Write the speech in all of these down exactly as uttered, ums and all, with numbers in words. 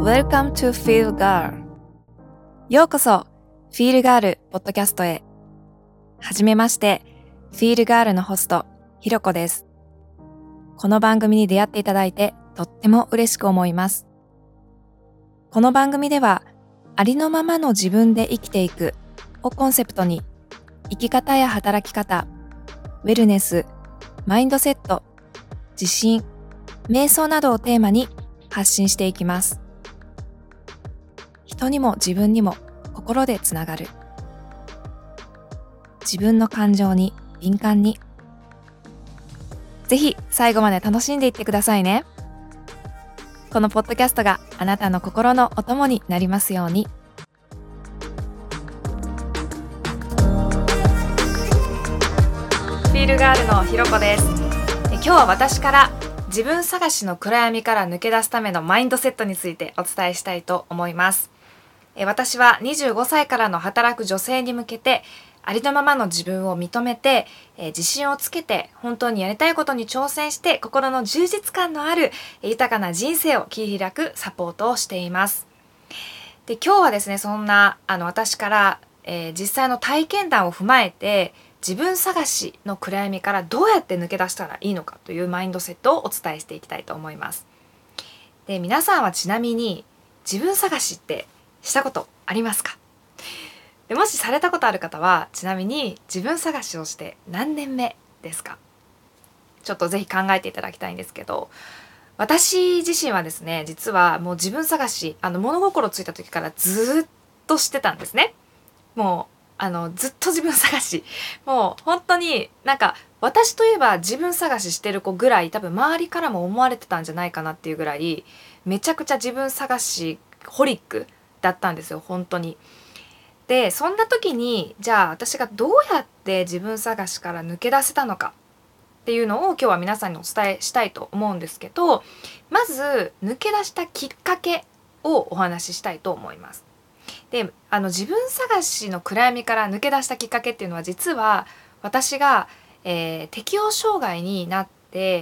Welcome to Feel Girl ようこそ Feel Girl ポッドキャストへ。はじめまして、Feel Girl のホストひろこです。この番組に出会っていただいてとっても嬉しく思います。この番組ではありのままの自分で生きていくをコンセプトに、生き方や働き方、ウェルネス、マインドセット、自信、瞑想などをテーマに発信していきます。人にも自分にも心でつながる。自分の感情に敏感に。ぜひ最後まで楽しんでいってくださいね。このポッドキャストがあなたの心のお供になりますように。フィールガールのひろこです。今日は私から自分探しの暗闇から抜け出すためのマインドセットについてお伝えしたいと思います。私はにじゅうごさいからの働く女性に向けて、ありのままの自分を認めて、自信をつけて本当にやりたいことに挑戦して、心の充実感のある豊かな人生を切り開くサポートをしています。で、今日はですね、そんなあの私から、えー、実際の体験談を踏まえて、自分探しの暗闇からどうやって抜け出したらいいのかというマインドセットをお伝えしていきたいと思います。で、皆さんはちなみに自分探しってしたことありますか？で、もしされたことある方は、ちなみに自分探しをして何年目ですか？ちょっとぜひ考えていただきたいんですけど、私自身はですね、実はもう自分探し、あの物心ついた時からずっとしてたんですね。もうあのずっと自分探し、もう本当になんか私といえば自分探ししてる子ぐらい、多分周りからも思われてたんじゃないかなっていうぐらい、めちゃくちゃ自分探しホリックだったんですよ、本当に。で、そんな時にじゃあ私がどうやって自分探しから抜け出せたのかっていうのを今日は皆さんにお伝えしたいと思うんですけど、まず抜け出したきっかけをお話ししたいと思います。で、あの自分探しの暗闇から抜け出したきっかけっていうのは、実は私が、えー、適応障害になって、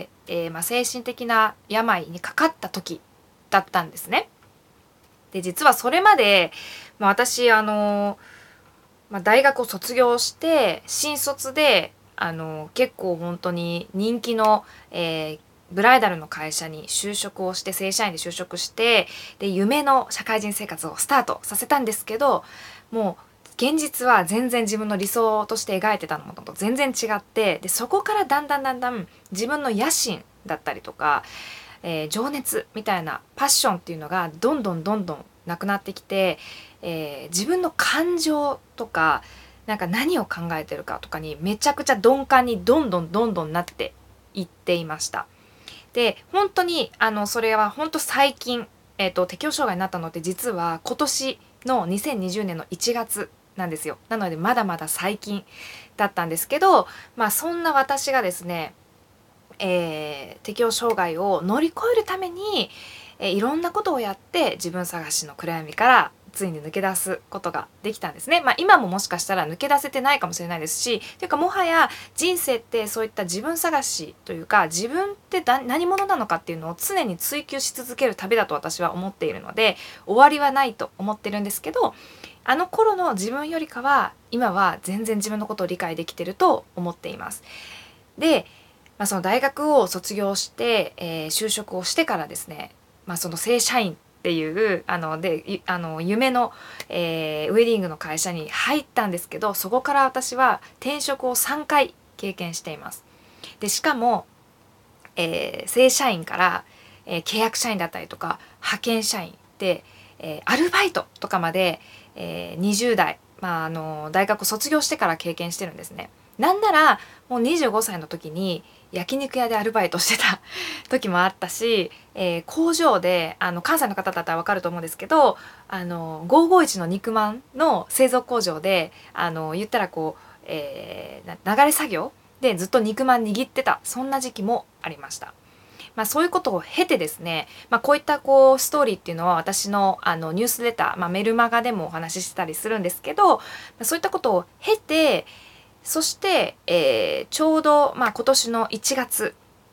えーまあ、精神的な病にかかった時だったんですね。で、実はそれまで、まあ、私あの、まあ、大学を卒業して新卒であの結構本当に人気の、えーブライダルの会社に就職をして、正社員で就職して、で夢の社会人生活をスタートさせたんですけど、もう現実は全然自分の理想として描いてたのと全然違って、でそこからだんだんだんだん自分の野心だったりとか、えー、情熱みたいなパッションっていうのがどんどんどんどんなくなってきて、えー、自分の感情とか、なんか何を考えてるかとかにめちゃくちゃ鈍感にどんどんどんどんなっていっていました。で、本当にあのそれは本当最近、えーと、適応障害になったのって実は今年のにせんにじゅうねんのいちがつなんですよ。なのでまだまだ最近だったんですけど、まあそんな私がですね、えー、適応障害を乗り越えるために、えー、いろんなことをやって自分探しの暗闇からついに抜け出すことができたんですね。まあ今ももしかしたら抜け出せてないかもしれないですし、というかもはや人生ってそういった自分探しというか、自分って何者なのかっていうのを常に追求し続ける旅だと私は思っているので、終わりはないと思ってるんですけど、あの頃の自分よりかは今は全然自分のことを理解できてると思っています。で、まあ、その大学を卒業して、えー、就職をしてからですね、まあ、その正社員っていうあのであの夢の、えー、ウェディングの会社に入ったんですけど、そこから私は転職をさんかい経験しています。でしかも、えー、正社員から、えー、契約社員だったりとか派遣社員で、えー、アルバイトとかまで、えー、にじゅう代、まあ、あの大学を卒業してから経験してるんですね。なんならもうにじゅうごさいの時に焼肉屋でアルバイトしてた時もあったし、えー、工場であの関西の方だったら分かると思うんですけど、あのごーごーいちの肉まんの製造工場であの言ったらこう、えー、流れ作業でずっと肉まん握ってた、そんな時期もありました。まあ、そういうことを経てですね、まあ、こういったこうストーリーっていうのは私のあのニュースレター、まあ、メルマガでもお話ししてたりするんですけど、そういったことを経て、そして、えー、ちょうど、まあ、今年のいちがつ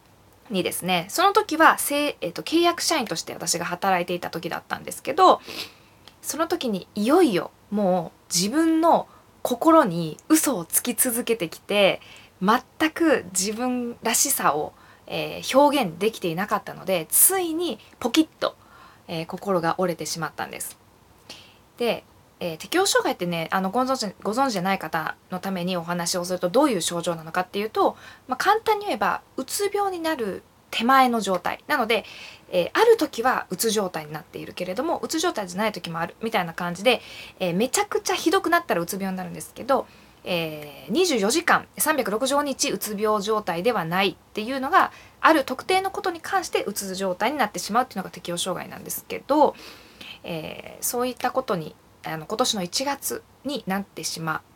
にですね、その時はせ、えーと、契約社員として私が働いていた時だったんですけど、その時にいよいよもう自分の心に嘘をつき続けてきて、全く自分らしさを、えー表現できていなかったので、ついにポキッと、えー心が折れてしまったんです。で、えー適応障害ってね、あのご存知ご存知じゃない方のためにお話をすると、どういう症状なのかっていうと、まあ、簡単に言えばうつ病になる手前の状態なので、えーある時はうつ状態になっているけれども、うつ状態じゃない時もあるみたいな感じで、えーめちゃくちゃひどくなったらうつ病になるんですけど、えーにじゅうよじかんさんびゃくろくじゅうごにちうつ病状態ではないっていうのが、ある特定のことに関してうつ状態になってしまうっていうのが適応障害なんですけど、えーそういったことにあの今年のいちがつになってしまって、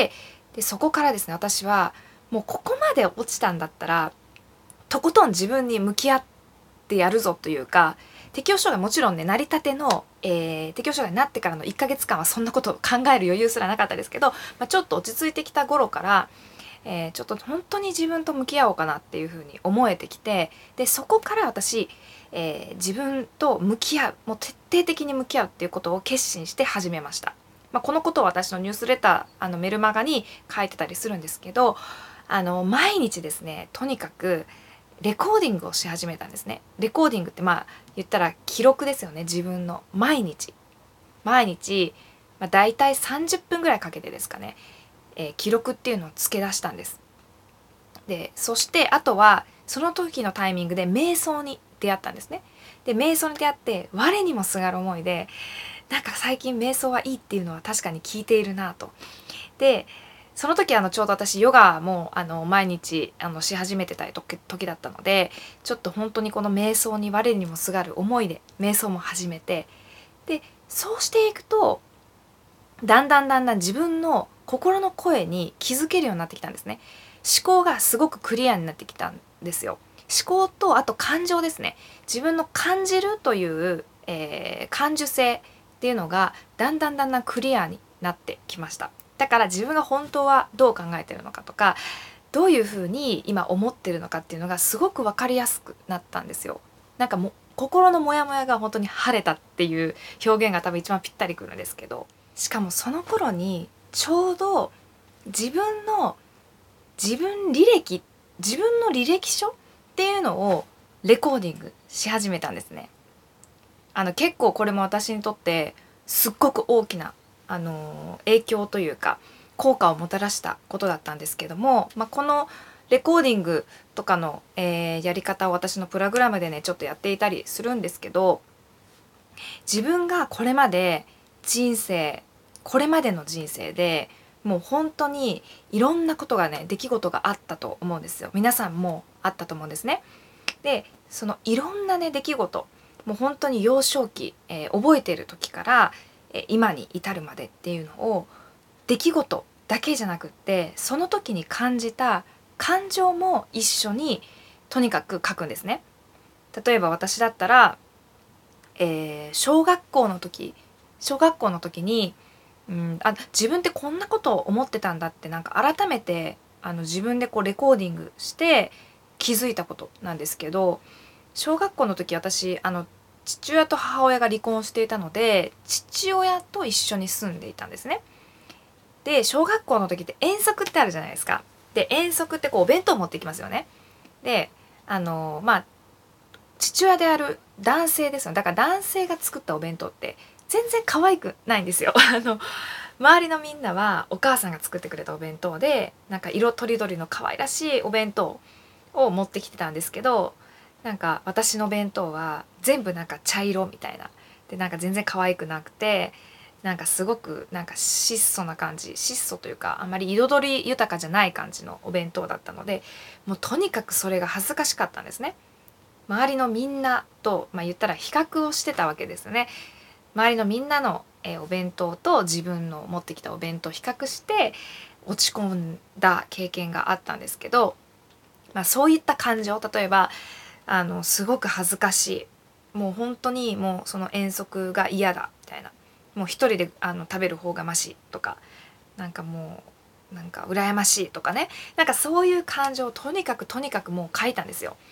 でそこからですね、私はもうここまで落ちたんだったらとことん自分に向き合ってやるぞというか、適応障害もちろんね、成り立ての、えー適応障害になってからのいっかげつかんはそんなことを考える余裕すらなかったですけど、まあ、ちょっと落ち着いてきた頃から、えーちょっと本当に自分と向き合おうかなっていうふうに思えてきて、でそこから私、えー自分と向き合う、もう徹底的に向き合うっていうことを決心して始めました。まあ、このことを私のニュースレター、あのメルマガに書いてたりするんですけど、あの毎日ですね、とにかくレコーディングをし始めたんですね。レコーディングってまあ言ったら記録ですよね。自分の毎日毎日、まあ、大体さんじゅっぷんぐらいかけてですかね、えー記録っていうのをつけ出したんです。でそしてあとはその時のタイミングで瞑想に出会ったんですね。で瞑想に出会って、我にもすがる思いで、なんか最近瞑想はいいっていうのは確かに聞いているなと。でその時あのちょうど私ヨガもあの毎日あのし始めてた時時だったので、ちょっと本当にこの瞑想に我にもすがる思いで瞑想も始めて、でそうしていくとだんだんだんだん自分の心の声に気づけるようになってきたんですね。思考がすごくクリアになってきたんですよ。思考とあと感情ですね。自分の感じるという、えー感受性っていうのがだんだんだんだんクリアになってきました。だから自分が本当はどう考えてるのかとか、どういうふうに今思ってるのかっていうのがすごく分かりやすくなったんですよ。なんかもう心のモヤモヤが本当に晴れたっていう表現が多分一番ぴったりくるんですけど、しかもその頃にちょうど自分の自分履歴自分の履歴書っていうのをレコーディングし始めたんですね。あの結構これも私にとってすっごく大きな、あの影響というか効果をもたらしたことだったんですけども、まあ、このレコーディングとかの、えーやり方を私のプログラムでねちょっとやっていたりするんですけど、自分がこれまで人生これまでの人生でもう本当にいろんなことがね出来事があったと思うんですよ。皆さんもあったと思うんですね。でそのいろんなね出来事、もう本当に幼少期、えー覚えている時から、えー今に至るまでっていうのを、出来事だけじゃなくって、その時に感じた感情も一緒にとにかく書くんですね。例えば私だったら、えー小学校の時小学校の時に、うん、あ自分ってこんなことを思ってたんだって、なんか改めてあの自分でこうレコーディングして気づいたことなんですけど、小学校の時私あの父親と母親が離婚していたので、父親と一緒に住んでいたんですね。で小学校の時って遠足ってあるじゃないですか。で遠足ってこうお弁当持ってきますよね。であのまあ父親である男性ですよ。だから男性が作ったお弁当って全然可愛くないんですよ。あの周りのみんなはお母さんが作ってくれたお弁当で、なんか色とりどりの可愛らしいお弁当を持ってきてたんですけど、なんか私の弁当は全部なんか茶色みたいなで、なんか全然可愛くなくて、なんかすごくなんか質素な感じ、質素というかあまり彩り豊かじゃない感じのお弁当だったので、もうとにかくそれが恥ずかしかったんですね。周りのみんなと、まあ、言ったら比較をしてたわけですね。周りのみんなの、えーお弁当と自分の持ってきたお弁当を比較して落ち込んだ経験があったんですけど、まあ、そういった感情、例えばあのすごく恥ずかしい、もう本当にもうその遠足が嫌だみたいな、もう一人であの食べる方がましとか、なんかもうなんか羨ましいとかね、なんかそういう感情をとにかくとにかくもう書いたんですよ。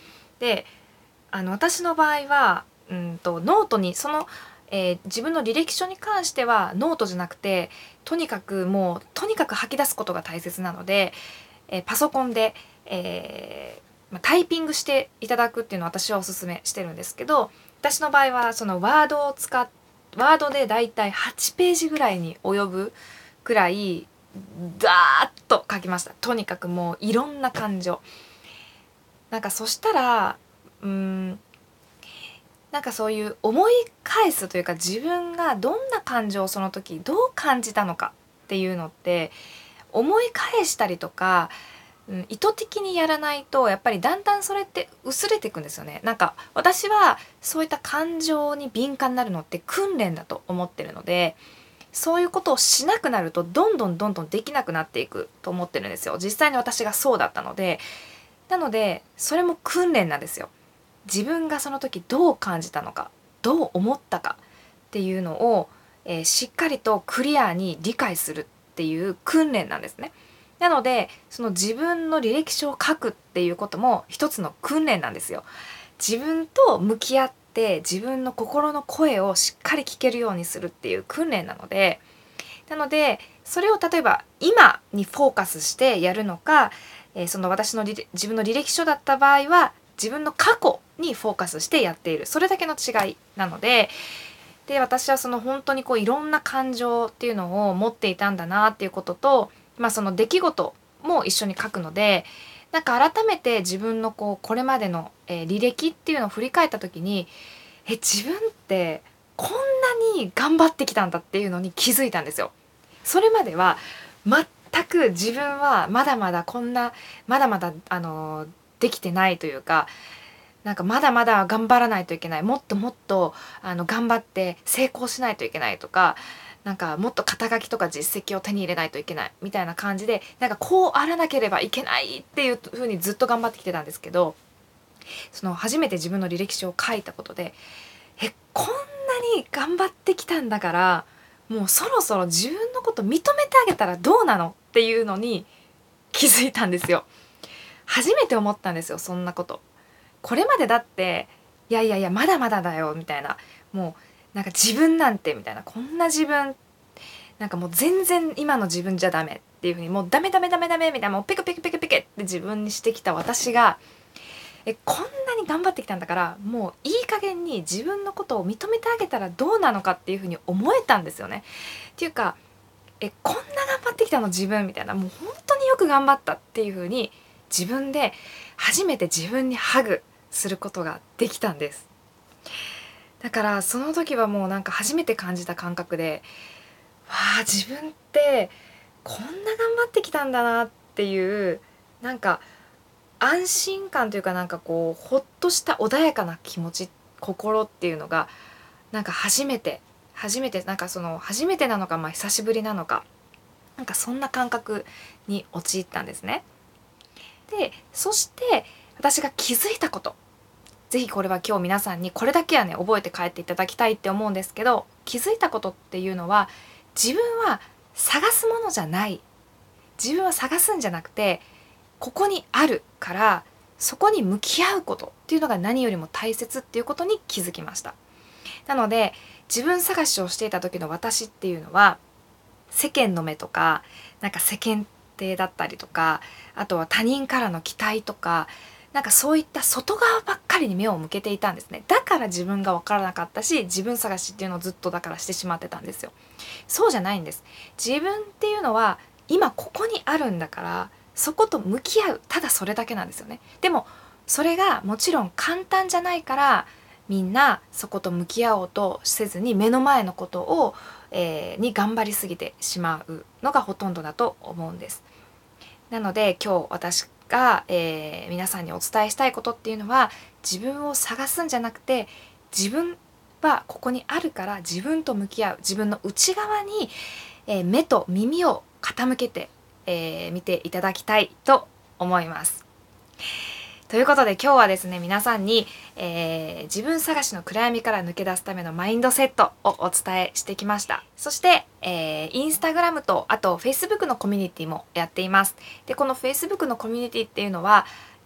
であの私の場合はうんとノートにその、えー自分の履歴書に関してはノートじゃなくて、とにかくもうとにかく吐き出すことが大切なので、えーパソコンで、えーまあ、タイピングしていただくっていうのを私はおすすめしてるんですけど、私の場合はそのワードを使っワードでだいたいはちページぐらいに及ぶくらいダーッと書きました。とにかくもういろんな感情、なんかそしたらうーんなんかそういう思い返すというか、自分がどんな感情をその時どう感じたのかっていうのって思い返したりとか、うん、意図的にやらないとやっぱりだんだんそれって薄れていくんですよね。なんか私はそういった感情に敏感になるのって訓練だと思ってるので、そういうことをしなくなるとどんどんどんどんできなくなっていくと思ってるんですよ。実際に私がそうだったので、なのでそれも訓練なんですよ。自分がその時どう感じたのか、どう思ったかっていうのを、えーしっかりとクリアに理解するっていう訓練なんですね。なのでその自分の履歴書を書くっていうことも一つの訓練なんですよ。自分と向き合って自分の心の声をしっかり聞けるようにするっていう訓練なので、なのでそれを例えば今にフォーカスしてやるのか、えーその私の履自分の履歴書だった場合は自分の過去にフォーカスしてやっている、それだけの違いなので、で私はその本当にこういろんな感情っていうのを持っていたんだなっていうことと、まあ、その出来事も一緒に書くので、なんか改めて自分のこうこれまでの、えー履歴っていうのを振り返った時に、え自分ってこんなに頑張ってきたんだっていうのに気づいたんですよ。それまでは全く自分はまだまだこんなまだまだあのできてないというか、なんかまだまだ頑張らないといけない、もっともっとあの頑張って成功しないといけないとか、なんかもっと肩書きとか実績を手に入れないといけないみたいな感じで、なんかこうあらなければいけないっていう風にずっと頑張ってきてたんですけど、その初めて自分の履歴書を書いたことで、えこんなに頑張ってきたんだから、もうそろそろ自分のこと認めてあげたらどうなのっていうのに気づいたんですよ。初めて思ったんですよ、そんなこと。これまでだっていやいやいやまだまだだよみたいな、もうなんか自分なんてみたいな、こんな自分なんかもう全然今の自分じゃダメっていう風に、もうダメダメダメダメみたいな、もうペクペクペクペクって自分にしてきた私が、えこんなに頑張ってきたんだから、もういい加減に自分のことを認めてあげたらどうなのかっていう風に思えたんですよね。っていうか、えこんな頑張ってきたの自分みたいな、もう本当によく頑張ったっていう風に自分で初めて自分にハグすることができたんです。だからその時はもうなんか初めて感じた感覚で、わあ自分ってこんな頑張ってきたんだなっていう、なんか安心感というか、なんかこうほっとした穏やかな気持ち、心っていうのがなんか初めて初めてなんかその初めてなのか、まあ久しぶりなのか、なんかそんな感覚に陥ったんですね。でそして私が気づいたこと、ぜひこれは今日皆さんにこれだけはね覚えて帰っていただきたいって思うんですけど、気づいたことっていうのは、自分は探すものじゃない、自分は探すんじゃなくてここにあるから、そこに向き合うことっていうのが何よりも大切っていうことに気づきました。なので自分探しをしていた時の私っていうのは、世間の目とかなんか世間体だったりとか、あとは他人からの期待とか、なんかそういった外側ばっかりに目を向けていたんですね。だから自分が分からなかったし、自分探しっていうのをずっとだからしてしまってたんですよ。そうじゃないんです。自分っていうのは今ここにあるんだから、そこと向き合う、ただそれだけなんですよね。でもそれがもちろん簡単じゃないから、みんなそこと向き合おうとせずに目の前のことを、えーに頑張りすぎてしまうのがほとんどだと思うんです。なので今日私が、えー皆さんにお伝えしたいことっていうのは、自分を探すんじゃなくて、自分はここにあるから自分と向き合う、自分の内側に、えー目と耳を傾けて、えー見ていただきたいと思います。ということで今日はですね、皆さんに、えー自分探しの暗闇から抜け出すためのマインドセットをお伝えしてきました。そして、えー、インスタグラムとあと フェイスブック のコミュニティもやっています。でこの フェイスブック のコミュニティっていうのは、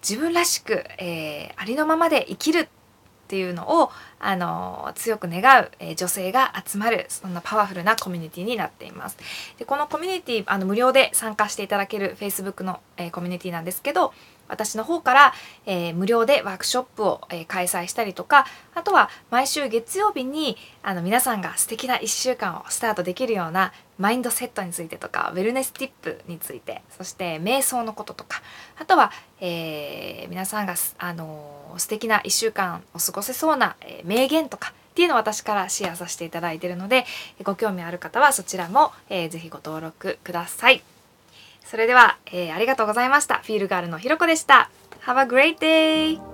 自分らしく、えー、ありのままで生きるっていうのをあの強く願う、えー、女性が集まる、そんなパワフルなコミュニティになっています。でこのコミュニティあの無料で参加していただける Facebook の、えー、コミュニティなんですけど、私の方から、えー、無料でワークショップを、えー、開催したりとか、あとは毎週月曜日にあの皆さんが素敵ないっしゅうかんをスタートできるようなマインドセットについてとか、ウェルネスティップについて、そして瞑想のこととか、あとは、えー、皆さんが、あのー、素敵ないっしゅうかんを過ごせそうな、えー、名言とかっていうのを私からシェアさせていただいているので、ご興味ある方はそちらも、えー、ぜひご登録ください。それでは、えー、ありがとうございました。フィールガールのひろこでした。Have a great day!